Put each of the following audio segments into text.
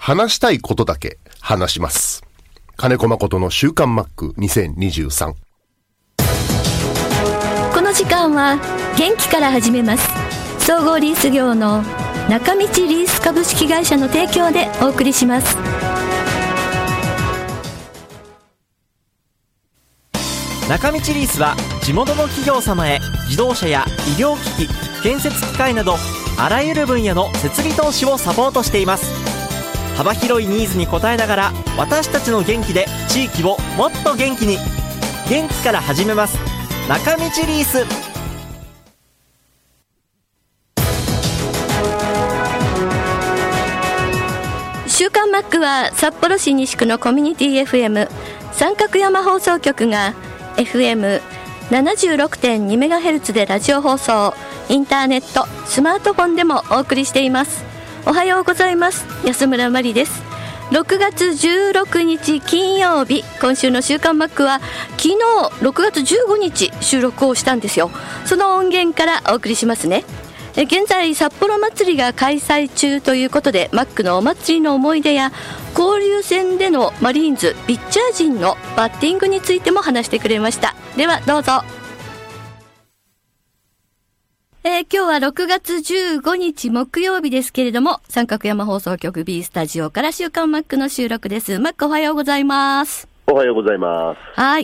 話したいことだけ話します。金子誠の週刊マック2023。 この時間は元気から始めます。総合リース業の中道リース株式会社の提供でお送りします。 中道リースは地元の企業様へ自動車や医療機器、建設機械などあらゆる分野の設備投資をサポートしています。幅広いニーズに応えながら私たちの元気で地域をもっと元気に。元気から始めます。中道リース。 週刊マックは札幌市西区のコミュニティ FM 三角山放送局が FM76.2MHz でラジオ放送、インターネット、スマートフォンでもお送りしています。おはようございます。安村麻里です。6月16日金曜日、今週の週刊マックは昨日6月15日収録をしたんですよ。その音源からお送りしますね。現在札幌祭りが開催中ということで、マックのお祭りの思い出や交流戦でのマリーンズピッチャー陣のバッティングについても話してくれました。ではどうぞ。今日は6月15日木曜日ですけれども、三角山放送局 B スタジオから週刊マックの収録です。マックおはようございます。 おはようございます。 はい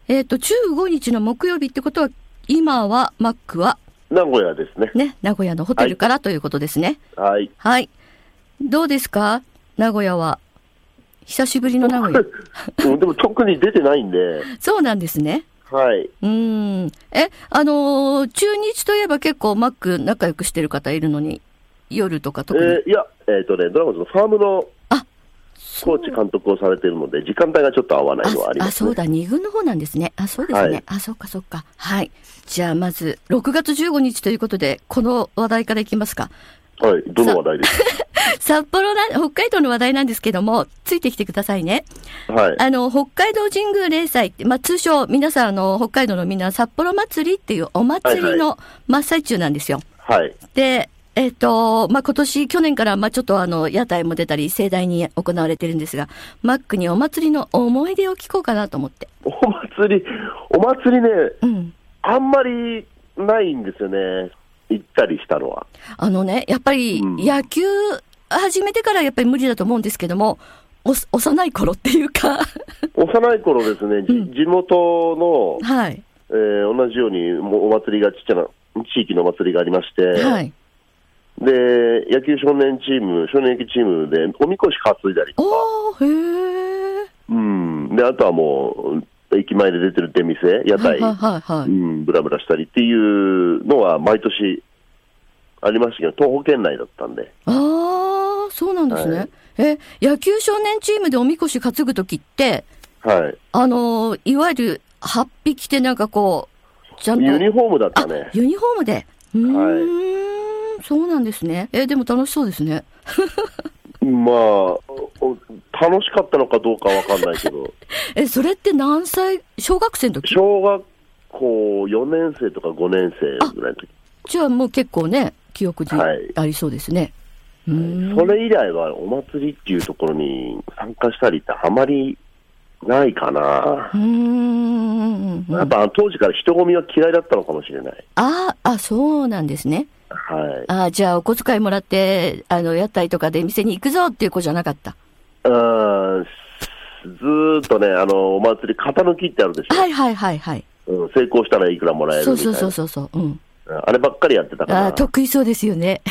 。15日の木曜日ってことは、今はマックは名古屋ですね。 ね、名古屋のホテルからということですね。 はい。 はい。どうですか名古屋は。久しぶりの名古屋。 でも特に出てないんで。 そうなんですね。 はい。 中日といえば結構マック仲良くしてる方いるのに、夜とか特に。 いや、ドラゴンズのファームのコーチ監督をされているので、時間帯がちょっと合わないのはありますね。 そうだ、2軍の方なんですね。そうですね。はい、そっかそっか。はい。じゃあまず、6月15日ということで、この話題からいきますか。 はい、どの話題ですか？ 北海道の話題なんですけども、ついてきてくださいね。 はい。 北海道神宮例祭って、通称、皆さん、北海道のみんな、札幌祭りっていうお祭りの真っ最中なんですよ。 はい。 で、今年、去年から、ちょっと屋台も出たり、盛大に行われてるんですが、マックにお祭りの思い出を聞こうかなと思って。 お祭りね、あんまりないんですよね。行ったりしたのは。 やっぱり、野球始めてからやっぱり無理だと思うんですけども、幼い頃っていうか。 幼い頃ですね、地元の、 はい。 同じようにお祭りが、ちっちゃな地域のお祭りがありまして、 はい。 で、野球少年野球チームでおみこし担いだりとか。 へー。 で、あとはもう、駅前で出てる出店、屋台、ブラブラしたりっていうのは毎年ありましたけど、東北県内だったんで。 そうなんですね。はい、野球少年チームでおみこし担ぐときって、 はい。 いわゆる、8匹ってなんかこう、 ちゃんと。ユニフォームだったね。 ユニフォームで。そうなんですね。でも楽しそうですね。 楽しかったのかどうかわかんないけど。 それって何歳？小学生の時？ 小学校4年生とか5年生ぐらいの時。 じゃあもう結構ね、記憶にありそうですね。 それ以来はお祭りっていうところに参加したりってあまりないかな。やっぱ当時から人混みは嫌いだったのかもしれない。 そうなんですね。 はい。 じゃあお小遣いもらって、屋台とかで店に行くぞっていう子じゃなかった。 ずーっとね、お祭り、型抜きってあるでしょ。 はい。成功したらいくらもらえるみたいな。 そう。 あればっかりやってたから。 得意そうですよね。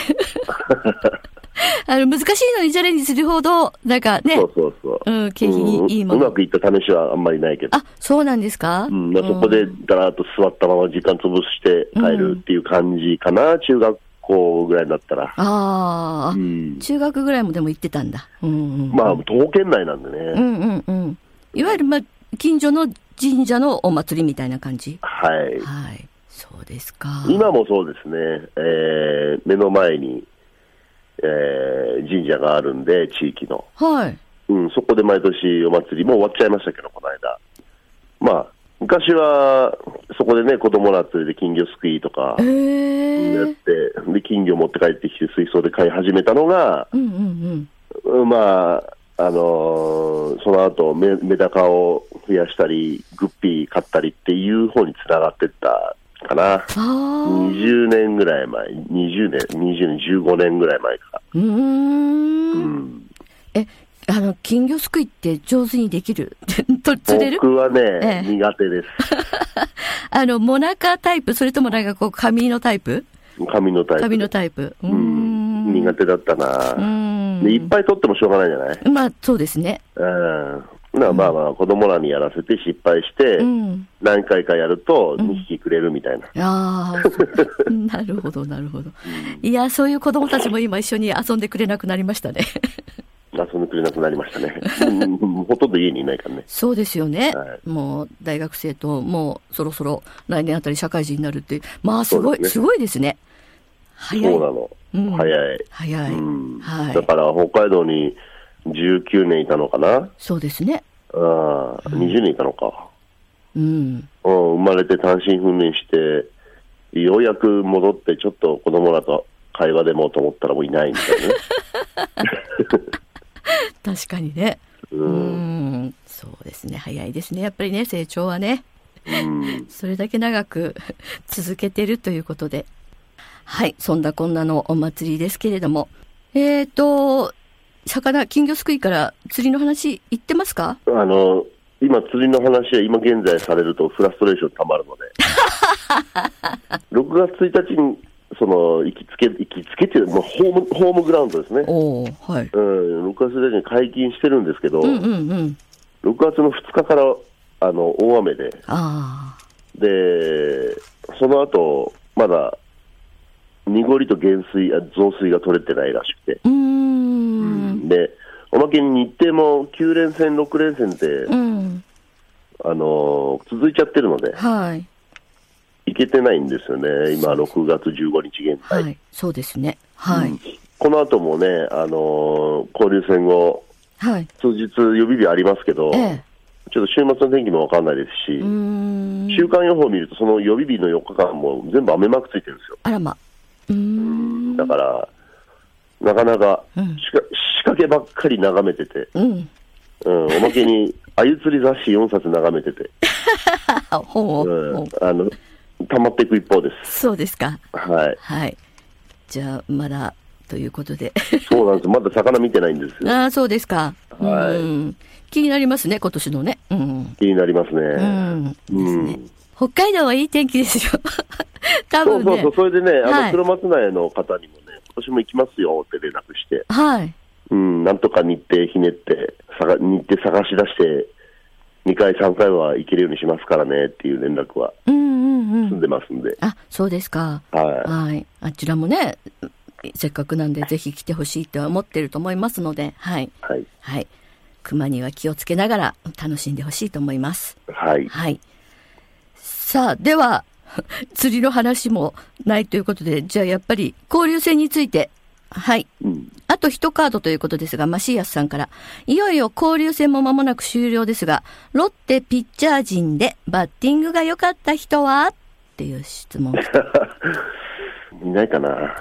難しいのにチャレンジするほど、なんかね。 そう。 景気にいいもの。 うまくいった試しはあんまりないけど。 そうなんですか？ そこでだらっと座ったまま時間潰して帰るっていう感じかな、中学校ぐらいだったら。中学ぐらいもでも行ってたんだ。 東県内なんでね。 いわゆる、近所の神社のお祭りみたいな感じ。 はい。 そうですか。 今もそうですね。目の前に、神社があるんで、地域の。 はい。 そこで毎年お祭りも終わっちゃいましたけど、この間。昔は、そこでね、子供ら連れて金魚すくいとか、やって、で、金魚持って帰ってきて水槽で飼い始めたのが、 まあその後メダカを増やしたりグッピー買ったりっていう方につながってったかな。20年ぐらい前、15年ぐらい前か。 金魚すくいって上手にできる釣れる？ 僕はね、苦手です。 モナカタイプ、それともなんかこう紙のタイプ？ 紙のタイプ。苦手だったな。でいっぱい取ってもしょうがないじゃない？ まあそうですね。 まあ子供らにやらせて失敗して、何回かやると2匹くれるみたいな。 なるほど。いや、そういう子供たちも今一緒に遊んでくれなくなりましたね。 遊んでくれなくなりましたね。ほとんど家にいないからね。 そうですよね。もう大学生ともうそろそろ来年あたり社会人になるって、まあすごいですね。早い。 そうなの。早い。だから北海道に19年いたのかな。 そうですね。 20年いたのか。生まれて単身赴任して、ようやく戻ってちょっと子供らと会話でもと思ったらもういないみたいな。 確かにね。そうですね。早いですね。やっぱりね、成長はね。それだけ長く続けてるということで。はい。そんなこんなのお祭りですけれども。金魚すくいから釣りの話言ってますか？ 今釣りの話は今現在されるとフラストレーションたまるので。6月1日に、行きつけっていう、ホームグラウンドですね。6月1日に解禁してるんですけど、6月の2日から大雨で、で、その後、まだ、濁りと増水が取れてないらしくて。で、おまけに日程も9連戦、6連戦って、続いちゃってるので、行けてないんですよね、今、6月15日現在。 そうですね。 この後もね、交流戦後、数日予備日ありますけど、ちょっと週末の天気も分かんないですし、週間予報を見ると、その予備日の4日間も全部雨マークついてるんですよ。 あらま。 だから、なかなか仕掛けばっかり眺めてて、おまけに、鮎釣り雑誌4冊眺めてて、溜まっていく一方です。 そうですか。 はい。 じゃあ、まだ、ということで。 そうなんです。まだ魚見てないんですよ。 そうですか。気になりますね、今年のね。 気になりますね。 北海道はいい天気ですよ。多分ね。 それでね、黒松内の方にもね、今年も行きますよって連絡して、なんとか日程ひねって、日程探し出して、2回、3回は行けるようにしますからねっていう連絡は済んでますんで。 そうですか。あちらもね、せっかくなんでぜひ来てほしいとは思ってると思いますので、熊には気をつけながら楽しんでほしいと思います。さあ、では、釣りの話もないということで、じゃあやっぱり交流戦について、あと1カードということですが、マシーアスさんから、いよいよ交流戦も間もなく終了ですが、ロッテピッチャー陣でバッティングが良かった人はっていう質問。 いないかな。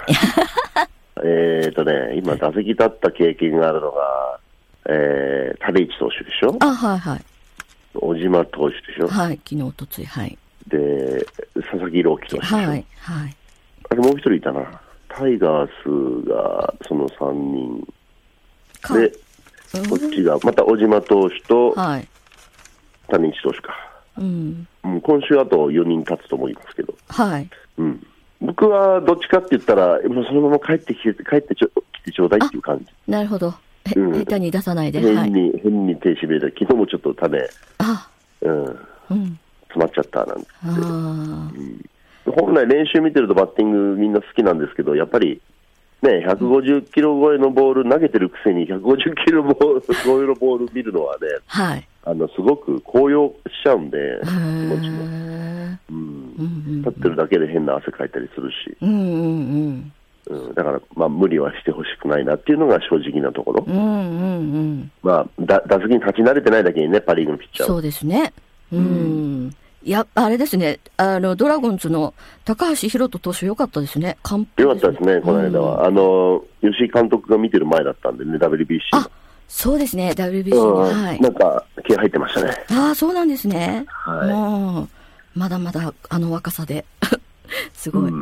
今打席立った経験があるのが、種市投手でしょ。小島投手でしょ。 昨日、おとつい。 で、佐々木朗希投手でしょ。あれもう一人いたな。タイガースがその3人で、こっちがまた小島投手と種市投手か。今週あと4人立つと思いますけど。僕はどっちかって言ったら、もうそのまま帰ってきてちょうだいっていう感じ。 なるほど。下手に出さないで。 変に手しびれて、昨日もちょっと種、詰まっちゃったなんて。本来練習見てるとバッティングみんな好きなんですけど、やっぱりね、150キロ超えのボール投げてるくせに150キロ超えのボール見るのはね、すごく高揚しちゃうんで、気持ちも。立ってるだけで変な汗かいたりするし、だから無理はしてほしくないなっていうのが正直なところ。打席に立ち慣れてないだけにね、パ・リーグのピッチャーは。 そうですね。 あれですね、ドラゴンズの高橋宏斗投手良かったですね。完璧良かったですね、この間は。吉井監督が見てる前だったんでね、WBC。 そうですね、WBC に、はい。 なんか、気合入ってましたね。 そうなんですね。 はい。 もう、まだまだ、若さで。すごい。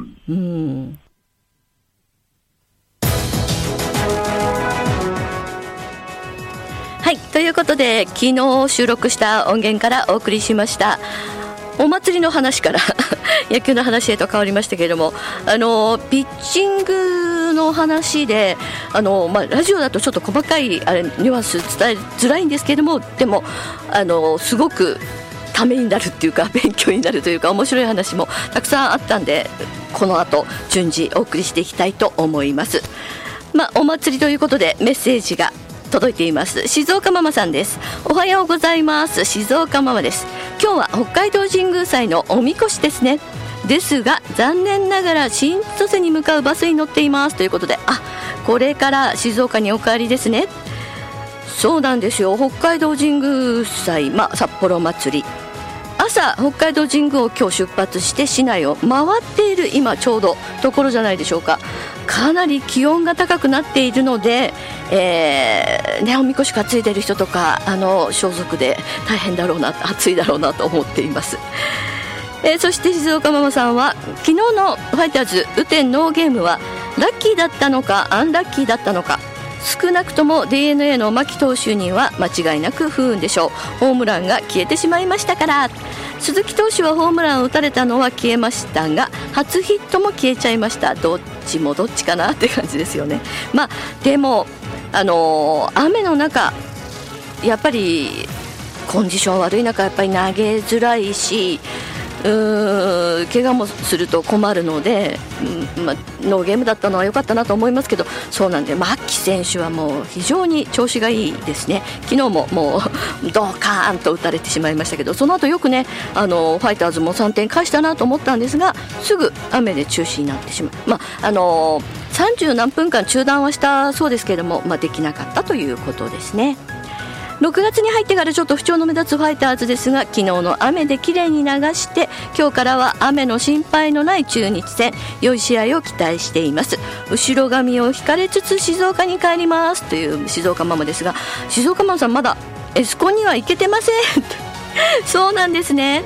はい、ということで、昨日収録した音源からお送りしました。お祭りの話から野球の話へと変わりましたけれども、ピッチングの話で、ラジオだとちょっと細かいニュアンス伝えづらいんですけれども、でもすごくためになるっていうか、勉強になるというか、面白い話もたくさんあったんで、この後順次お送りしていきたいと思います。お祭りということでメッセージが届いています。静岡ママさんです。おはようございます。静岡ママです。今日は北海道神宮祭のおみこしですね。ですが残念ながら新千歳に向かうバスに乗っていますということで、これから静岡にお帰りですね。そうなんですよ。北海道神宮祭、札幌祭り、朝北海道神宮を今日出発して市内を回っている今ちょうどところじゃないでしょうか。かなり気温が高くなっているので、おみこし担いでる人とか装束で大変だろうな、暑いだろうなと思っています。そして静岡ママさんは、昨日のファイターズ雨天ノーゲームはラッキーだったのかアンラッキーだったのか、少なくとも DNA の牧投手には間違いなく不運でしょう。ホームランが消えてしまいましたから。鈴木投手はホームランを打たれたのは消えましたが、初ヒットも消えちゃいました。どっちもどっちかなって感じですよね。でも雨の中、やっぱりコンディション悪い中、やっぱり投げづらいし、怪我もすると困るので、ノーゲームだったのは良かったなと思いますけど、そうなんで、牧選手はもう非常に調子がいいですね。昨日ももうドカーンと打たれてしまいましたけど、その後よくね、ファイターズも3点返したなと思ったんですが、すぐ雨で中止になってしまう。30何分間中断はしたそうですけれども、できなかったということですね。6月に入ってからちょっと不調の目立つファイターズですが、昨日の雨できれいに流して、今日からは雨の心配のない中日戦、良い試合を期待しています。後ろ髪を引かれつつ静岡に帰りますという静岡ママですが、静岡ママさんまだエスコンには行けてませんそうなんですね。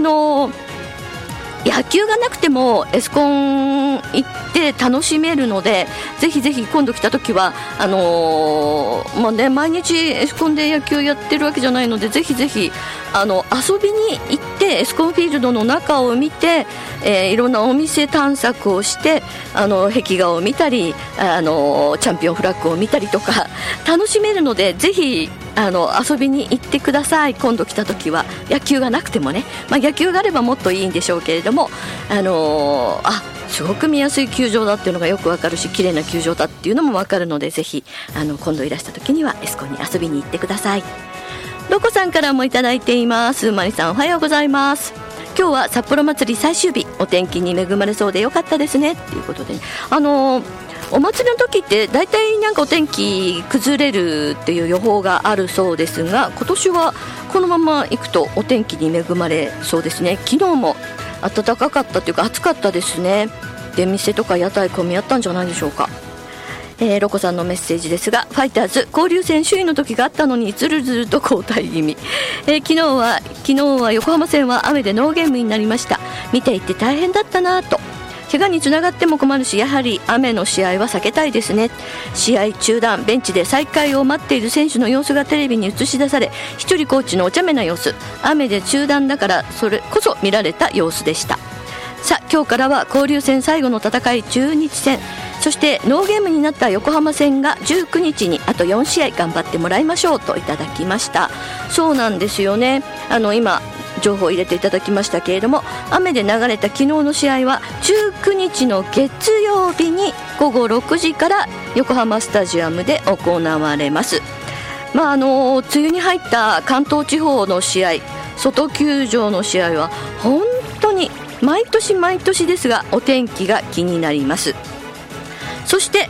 野球がなくてもエスコン行って楽しめるので、ぜひぜひ今度来た時は毎日エスコンで野球やってるわけじゃないので、ぜひぜひ遊びに行ってエスコンフィールドの中を見て、いろんなお店探索をして、壁画を見たり、チャンピオンフラッグを見たりとか楽しめるので、ぜひ遊びに行ってください。今度来た時は野球がなくてもね、野球があればもっといいんでしょうけれども、すごく見やすい球場だっていうのがよくわかるし、綺麗な球場だっていうのもわかるので、ぜひ今度いらした時にはエスコンに遊びに行ってください。ロコさんからもいただいています。マリさん、おはようございます。今日は札幌祭り最終日、お天気に恵まれそうでよかったですねということで、お祭りの時って大体なんかお天気崩れるっていう予報があるそうですが、今年はこのまま行くとお天気に恵まれそうですね。昨日も暖かかったというか暑かったですね。出店とか屋台混み合ったんじゃないでしょうか。ロコさんのメッセージですが、ファイターズ交流戦首位の時があったのにずるずると交代気味。昨日は横浜戦は雨でノーゲームになりました。見ていて大変だったなと。怪我につながっても困るし、やはり雨の試合は避けたいですね。試合中断、ベンチで再開を待っている選手の様子がテレビに映し出され、一人コーチのお茶目な様子、雨で中断だからそれこそ見られた様子でした。さあ、今日からは交流戦最後の戦い、中日戦、そしてノーゲームになった横浜戦が19日にあと4試合頑張ってもらいましょうといただきました。そうなんですよね。今情報を入れていただきましたけれども、雨で流れた昨日の試合は19日の月曜日に午後6時から横浜スタジアムで行われます。梅雨に入った関東地方の試合、外球場の試合は本当に毎年毎年ですがお天気が気になります。そして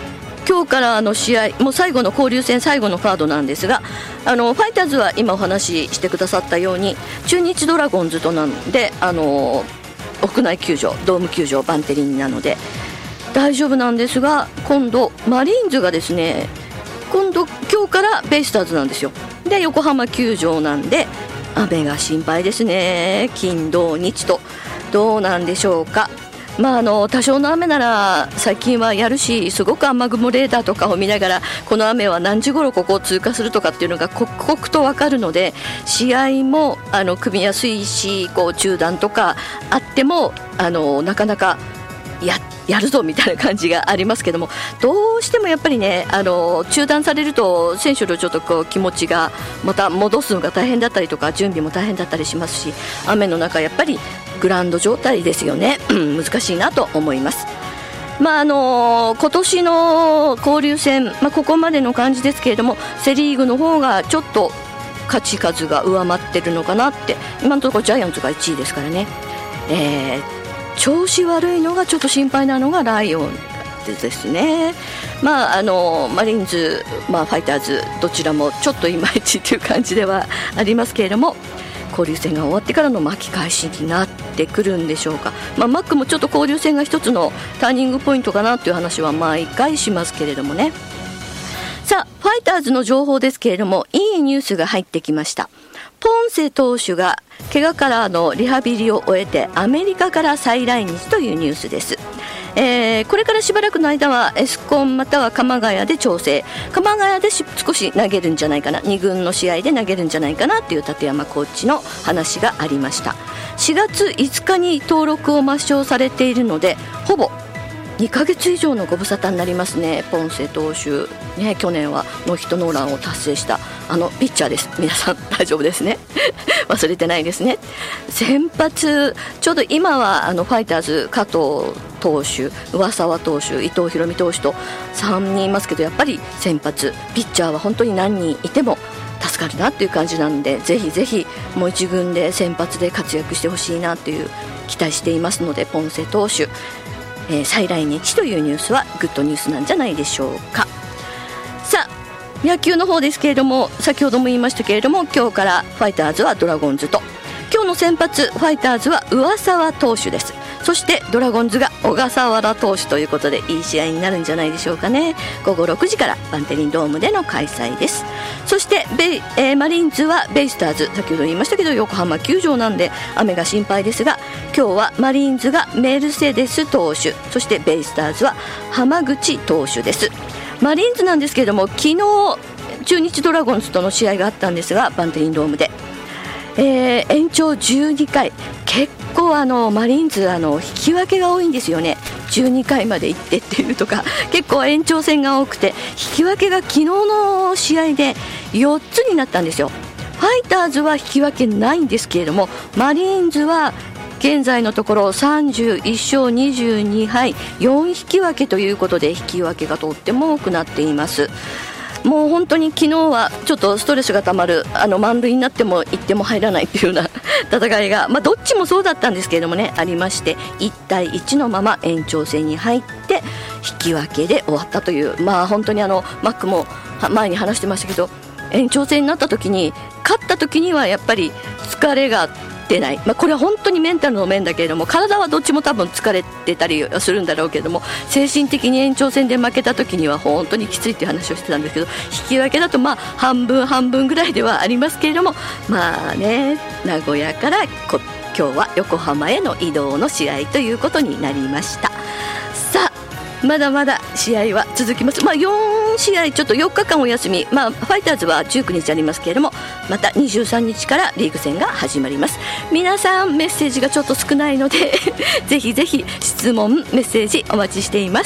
今日からの試合、もう最後の交流戦最後のカードなんですが、ファイターズは今お話ししてくださったように中日ドラゴンズとなんで、屋内球場、ドーム球場、バンテリンなので大丈夫なんですが、今度マリーンズがですね、今日からベイスターズなんですよ。で横浜球場なんで雨が心配ですね。金土日とどうなんでしょうか。多少の雨なら最近はやるし、すごく雨雲レーダーとかを見ながらこの雨は何時頃ここを通過するとかっていうのが刻々と分かるので、試合も組みやすいし、中断とかあってもなかなかやるぞみたいな感じがありますけども、どうしてもやっぱりね、中断されると選手のちょっと気持ちがまた戻すのが大変だったりとか、準備も大変だったりしますし、雨の中やっぱりグラウンド状態ですよね難しいなと思います。今年の交流戦、ここまでの感じですけれども、セリーグの方がちょっと勝ち数が上回ってるのかなって。今のところジャイアンツが1位ですからね。調子悪いのがちょっと心配なのがライオンですね。マリーンズ、ファイターズどちらもちょっといまいちという感じではありますけれども、交流戦が終わってからの巻き返しになってくるんでしょうか。マックもちょっと交流戦が一つのターニングポイントかなという話は毎回しますけれどもね。さあファイターズの情報ですけれども、いいニュースが入ってきました。ポンセ投手が怪我からのリハビリを終えてアメリカから再来日というニュースです。これからしばらくの間はエスコンまたは鎌ヶ谷で調整、鎌ヶ谷で少し投げるんじゃないかな、2軍の試合で投げるんじゃないかなという立山コーチの話がありました。4月5日に登録を抹消されているので、ほぼ2ヶ月以上のご無沙汰になりますね。ポンセ投手、去年はノーヒットノーランを達成したピッチャーです。皆さん大丈夫ですね忘れてないですね。先発、ちょうど今はファイターズ加藤投手、上沢投手、伊藤大海投手と3人いますけど、やっぱり先発ピッチャーは本当に何人いても助かるなっていう感じなので、ぜひぜひもう一軍で先発で活躍してほしいなという期待していますので、ポンセ投手再来日というニュースはグッドニュースなんじゃないでしょうか。さあ野球の方ですけれども、先ほども言いましたけれども、今日からファイターズはドラゴンズと、今日の先発ファイターズは上沢投手です。そしてドラゴンズが小笠原投手ということで、いい試合になるんじゃないでしょうかね。午後6時からバンテリンドームでの開催です。そしてマリーンズはベイスターズ、先ほど言いましたけど横浜球場なんで雨が心配ですが、今日はマリーンズがメルセデス投手、そしてベイスターズは浜口投手です。マリーンズなんですけれども、昨日中日ドラゴンズとの試合があったんですが、バンテリンドームで延長12回、結構マリーンズ引き分けが多いんですよね。12回まで行ってっていうとか、結構延長戦が多くて、引き分けが昨日の試合で4つになったんですよ。ファイターズは引き分けないんですけれども、マリーンズは現在のところ31勝22敗4引き分けということで、引き分けがとっても多くなっています。もう本当に昨日はちょっとストレスがたまる、満塁になっても1点も入らないというような戦いが、どっちもそうだったんですけれどもね、ありまして、1対1のまま延長戦に入って引き分けで終わったという、本当にマックも前に話してましたけど、延長戦になった時に、勝った時にはやっぱり疲れが出ない、これは本当にメンタルの面だけれども、体はどっちも多分疲れてたりするんだろうけれども、精神的に延長戦で負けた時には本当にきついっていう話をしてたんですけど、引き分けだと半分半分ぐらいではありますけれども、名古屋から今日は横浜への移動の試合ということになりました。さあまだまだ試合は続きます。4試合ちょっと4日間お休み、ファイターズは19日ありますけれども、また23日からリーグ戦が始まります。皆さんメッセージがちょっと少ないのでぜひぜひ質問メッセージお待ちしています。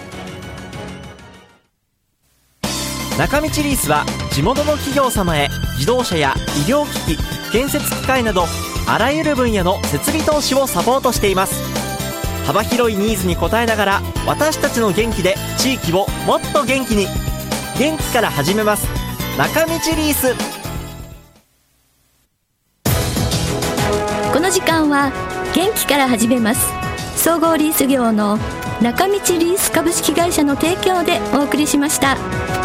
中道リースは地元の企業様へ自動車や医療機器、建設機械などあらゆる分野の設備投資をサポートしています。幅広いニーズに応えながら、私たちの元気で地域をもっと元気に。元気から始めます。中道リース。 この時間は元気から始めます。総合リース業の中道リース株式会社の提供でお送りしました。